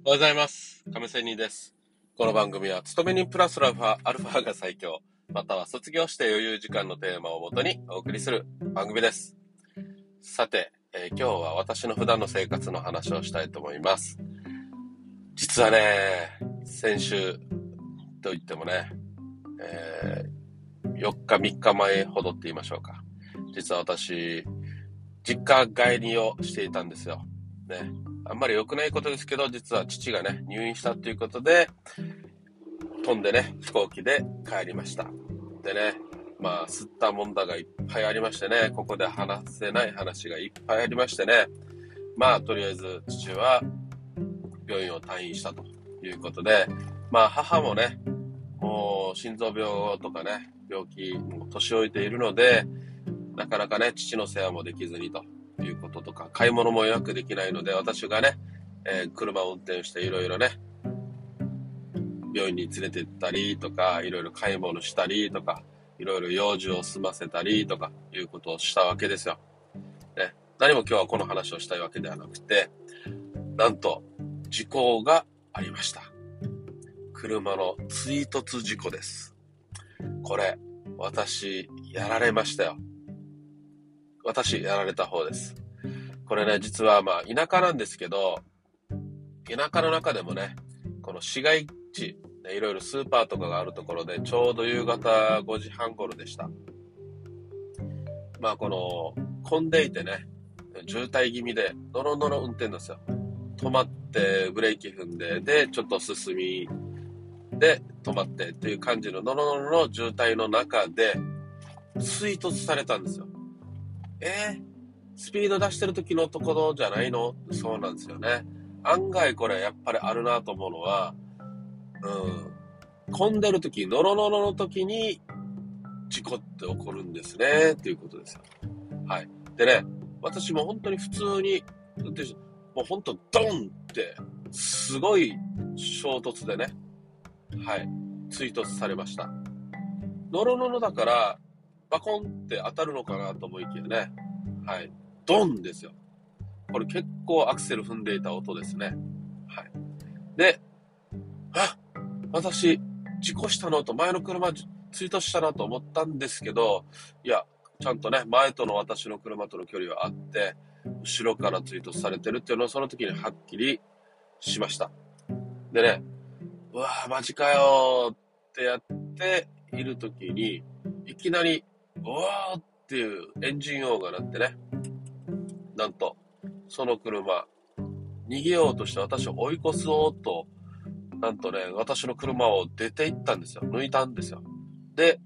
おはようございます。亀仙人です。この番組は、勤め人プラスアルファが最強、または卒業して余裕時間のテーマをもとにお送りする番組です。さて、今日は私の普段の生活の話をしたいと思います。実はね、先週といってもね、4日3日前ほどって言いましょうか。実は私、実家帰りをしていたんですよ。ね。あんまり良くないことですけど、実は父がね、入院したということで、飛んでね、飛行機で帰りました。でね、吸ったもんだがいっぱいありましてね、ここで話せない話がいっぱいありましてね、とりあえず父は病院を退院したということで、母もね、もう心臓病とかね、病気、年老いているので、なかなかね、父の世話もできずにということとか、買い物も予約できないので、私がね、車を運転していろいろね、病院に連れて行ったりとか、いろいろ買い物したりとか、いろいろ用事を済ませたりとかいうことをしたわけですよ。ね、何も今日はこの話をしたいわけではなくて、なんと事故がありました。車の追突事故です。これ、私、やられましたよ。私、やられた方です。これね、実は田舎なんですけど、田舎の中でもね、この市街地、いろいろスーパーとかがあるところで、ちょうど夕方5時半頃でした。この、混んでいてね、渋滞気味で、ノロノロ運転ですよ。止まって、ブレーキ踏んで、で、ちょっと進み、で、止まってっていう感じのノロノロの渋滞の中で、追突されたんですよ。スピード出してる時のところじゃないの？そうなんですよね。案外これやっぱりあるなと思うのは、混んでる時、ノロノロの時に事故って起こるんですね、っていうことですよ。はい。でね、私も本当に普通に、もう本当ドンって、すごい衝突でね、はい、追突されました。ノロノロだから、バコンって当たるのかなと思いきやね、はい、ドンですよ。これ結構アクセル踏んでいた音ですね。はい。で、私、事故したのと前の車追突したなと思ったんですけど、いや、ちゃんとね、前との私の車との距離はあって、後ろから追突されてるっていうのをその時にはっきりしました。でね、うわぁ、マジかよーってやっている時に、いきなり、うわーっていうエンジン音が鳴ってね、なんと、その車、逃げようとして私を追い越そうと、なんとね、私の車を出て行ったんですよ。抜いたんですよ。で、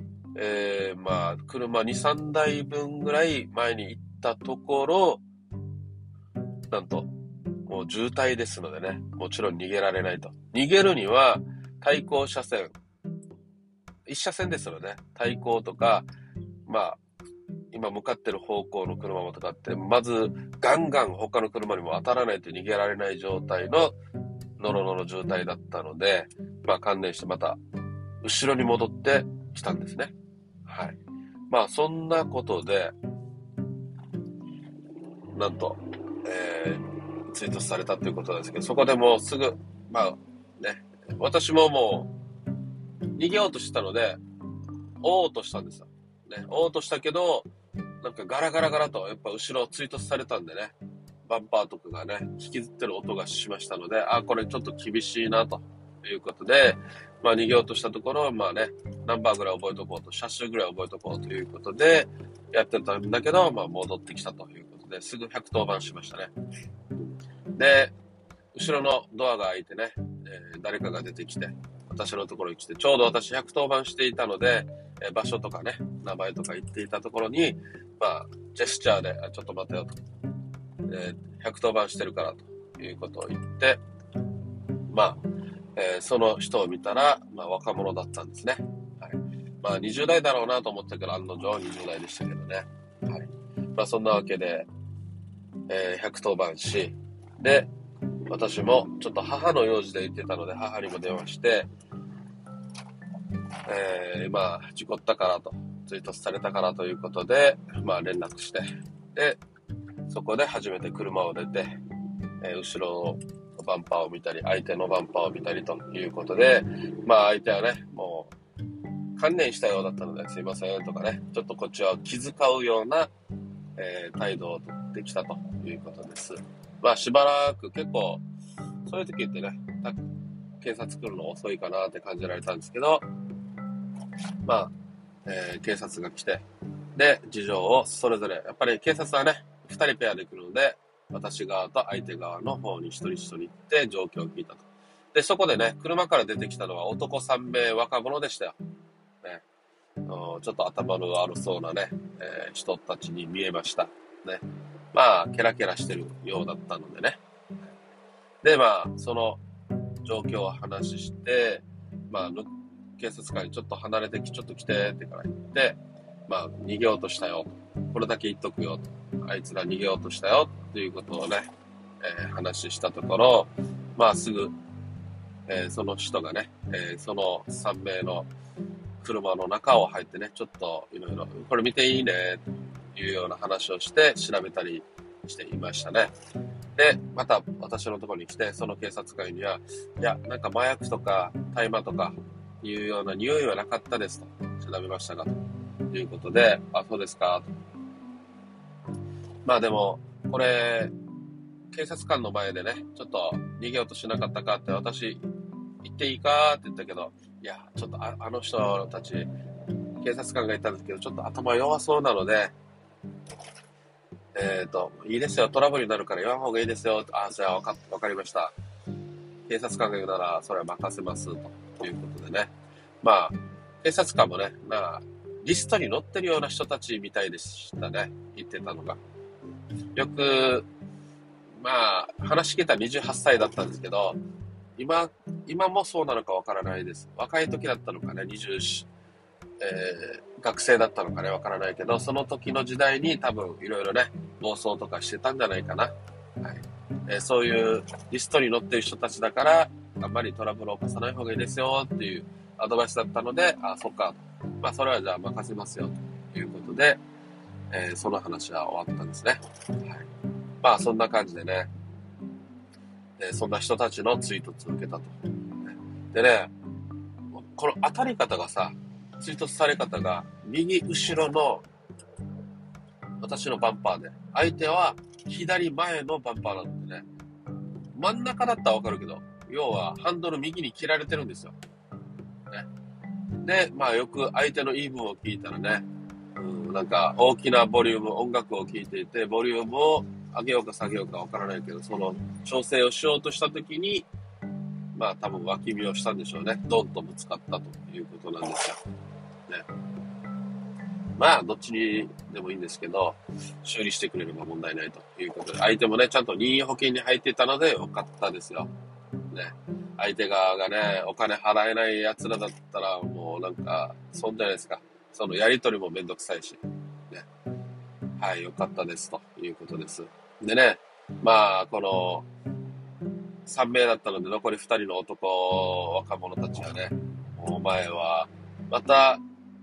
車2、3台分ぐらい前に行ったところ、なんと、もう渋滞ですのでね、もちろん逃げられないと。逃げるには、対向車線、一車線ですのでね、対向とか、今向かってる方向の車もとかって、まず、ガンガン他の車にも当たらないと逃げられない状態のノロノロ渋滞だったので、関連してまた、後ろに戻ってきたんですね。はい。そんなことで、なんと、追突されたということなんですけど、そこでもうすぐ、私ももう、逃げようとしてたので、追おうとしたんですよ。ね、追おうとしたけど、なんかガラガラガラと、やっぱ後ろ追突されたんでね、バンパーとかがね、引きずってる音がしましたので、これちょっと厳しいなということで、逃げようとしたところ、ナンバーぐらい覚えとこうと、車種ぐらい覚えとこうということで、やってたんだけど、戻ってきたということで、すぐ110番しましたね。で、後ろのドアが開いてね、誰かが出てきて、私のところに来て、ちょうど私110番していたので、場所とかね、名前とか言っていたところに、ジェスチャーで、ちょっと待てよと。110番してるからということを言って、その人を見たら、若者だったんですね。はい。20代だろうなと思ったけど、案の定20代でしたけどね。はい。そんなわけで、110番し、で、私もちょっと母の用事で行ってたので、母にも電話して、事故ったからと、追突されたからということで、連絡して、で、そこで初めて車を出て、後ろをバンパーを見たり、相手のバンパーを見たりということで、まあ相手はね、もう、観念したようだったので、すいませんとかね、ちょっとこっちは気遣うような、態度をとってきたということです。まあしばらく結構、そういう時ってね、警察来るの遅いかなって感じられたんですけど、まあ、警察が来て、で、事情をそれぞれ、やっぱり警察はね、2人ペアで来るので、私側と相手側の方に一人一人行って状況を聞いたと。で、そこでね、車から出てきたのは男3名若者でしたよ。ね、ちょっと頭の悪そうなね、人たちに見えました。ね。まあ、ケラケラしてるようだったのでね。で、まあ、その状況を話して、まあ、警察官にちょっと離れてちょっと来てってから言って、まあ、逃げようとしたよ。これだけ言っとくよ。あいつら逃げようとしたよ。ということをね、話したところ、まあ、すぐ、その人がね、その3名の車の中を入ってね、ちょっといろいろ、これ見ていいね、というような話をして調べたりしていましたね。で、また私のところに来て、その警察官には、いや、なんか麻薬とか大麻とかいうような匂いはなかったですと。調べましたが、ということで、あ、そうですか、と。まあでも、これ、警察官の前でね、ちょっと逃げようとしなかったかって私、言っていいかって言ったけど、いや、ちょっとあの人たち、警察官がいたんですけど、ちょっと頭弱そうなので、いいですよ、トラブルになるから言わん方がいいですよ。あ、じゃあわかりました。警察官が言うなら、それは任せます、ということでね。まあ、警察官もね、まあ、リストに載ってるような人たちみたいでしたね、言ってたのが。よく、まあ、話聞いたら28歳だったんですけど、今もそうなのかわからないです。若い時だったのかね、学生だったのかね、わからないけど、その時の時代に多分いろいろね、暴走とかしてたんじゃないかな。はい。そういうリストに載ってる人たちだから、あんまりトラブルを起こさない方がいいですよっていうアドバイスだったので、あ、そっか。まあ、それはじゃあ任せますよということで、その話は終わったんですね。はい。まあ、そんな感じでね、そんな人たちの追突を受けたと。でね、この当たり方がさ、追突され方が右後ろの私のバンパーで、相手は左前のバンパーなのでね、真ん中だったらわかるけど、要はハンドル右に切られてるんですよ。ね、で、まあよく相手の言い分を聞いたらね、なんか大きなボリューム、音楽を聴いていて、ボリュームを上げようか下げようかわからないけど、その調整をしようとしたときに、まあ多分脇見をしたんでしょうね。ドンとぶつかったということなんですよ。ね。まあどっちにでもいいんですけど、修理してくれれば問題ないということで、相手もね、ちゃんと任意保険に入っていたのでよかったですよ。ね。相手側がね、お金払えない奴らだったらもうなんか、損じゃないですか。そのやりとりもめんどくさいし。ね。はい、よかったですということです。でね、まあ、この、3名だったので残り2人の若者たちはね、お前は、また、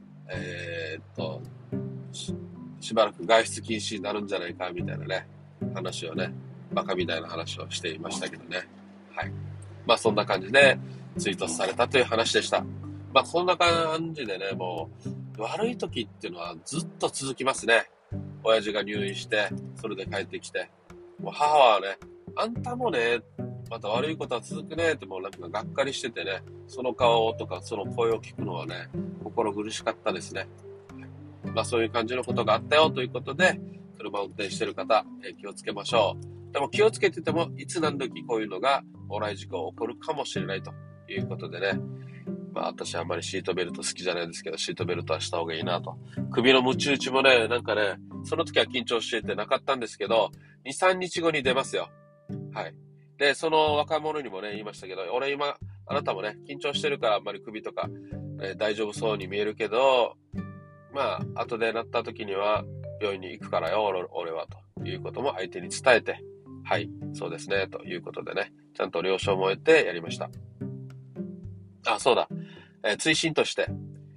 しばらく外出禁止になるんじゃないかみたいなね、話をね、バカみたいな話をしていましたけどね。はい。まあそんな感じで追突されたという話でした。まあこんな感じでね、もう悪い時っていうのはずっと続きますね。親父が入院して、それで帰ってきて。もう母はね、あんたもね、また悪いことは続くねってもうなんかがっかりしててね、その顔とかその声を聞くのはね、心苦しかったですね。まあそういう感じのことがあったよということで、車を運転している方、気をつけましょう。でも気をつけてても、いつ何時こういうのが、往来事故起こるかもしれないということでね。まあ私はあんまりシートベルト好きじゃないんですけど、シートベルトはした方がいいなと。首のムチ打ちもね、なんかね、その時は緊張しててなかったんですけど、2、3日後に出ますよ。はい。で、その若者にもね、言いましたけど、俺今、あなたもね、緊張してるからあんまり首とか、大丈夫そうに見えるけど、まあ、後でなった時には、病院に行くからよ、俺は、ということも相手に伝えて、はい、そうですね、ということでね、ちゃんと了承も得てやりました。あ、そうだ。追伸として、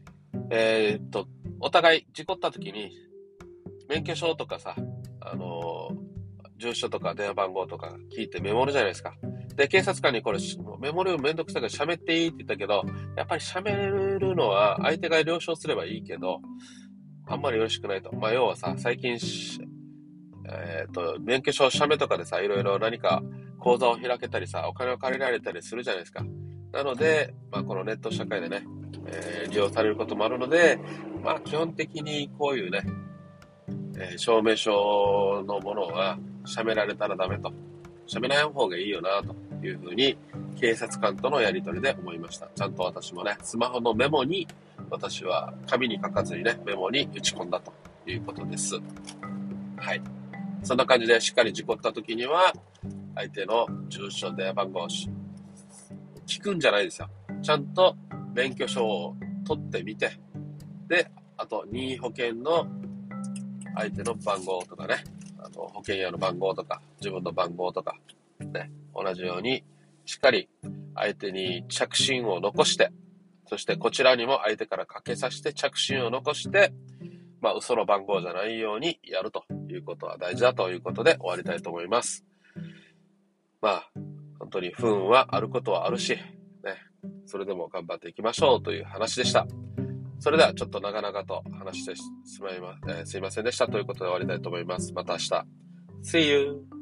お互い事故った時に、免許証とかさ、住所とか電話番号とか聞いてメモるじゃないですか。 で、警察官にこれ、メモるめんどくさいから喋っていいって言ったけど、やっぱり喋るのは相手が了承すればいいけど、あんまりよろしくないと。要はさ、最近、免許証写メとかでさ、いろいろ何か口座を開けたりさ、お金を借りられたりするじゃないですか。なので、このネット社会でね、利用されることもあるので、基本的にこういうね、証明書のものは写メられたらダメと。写メない方がいいよな、というふうに、警察官とのやり取りで思いました。ちゃんと私もね、スマホのメモに、私は紙に書かずにね、メモに打ち込んだということです。はい。そんな感じでしっかり事故った時には、相手の住所、電話番号を聞くんじゃないですよ。ちゃんと免許証を取ってみて、で、あと任意保険の相手の番号とかね、保険屋の番号とか、自分の番号とか、ね、同じようにしっかり相手に着信を残して、そしてこちらにも相手からかけさせて着信を残して、嘘の番号じゃないようにやるということは大事だということで終わりたいと思います。本当に不運はあることはあるし、ね、それでも頑張っていきましょうという話でした。それではちょっと長々と話してすいませんでしたということで終わりたいと思います。また明日。See you!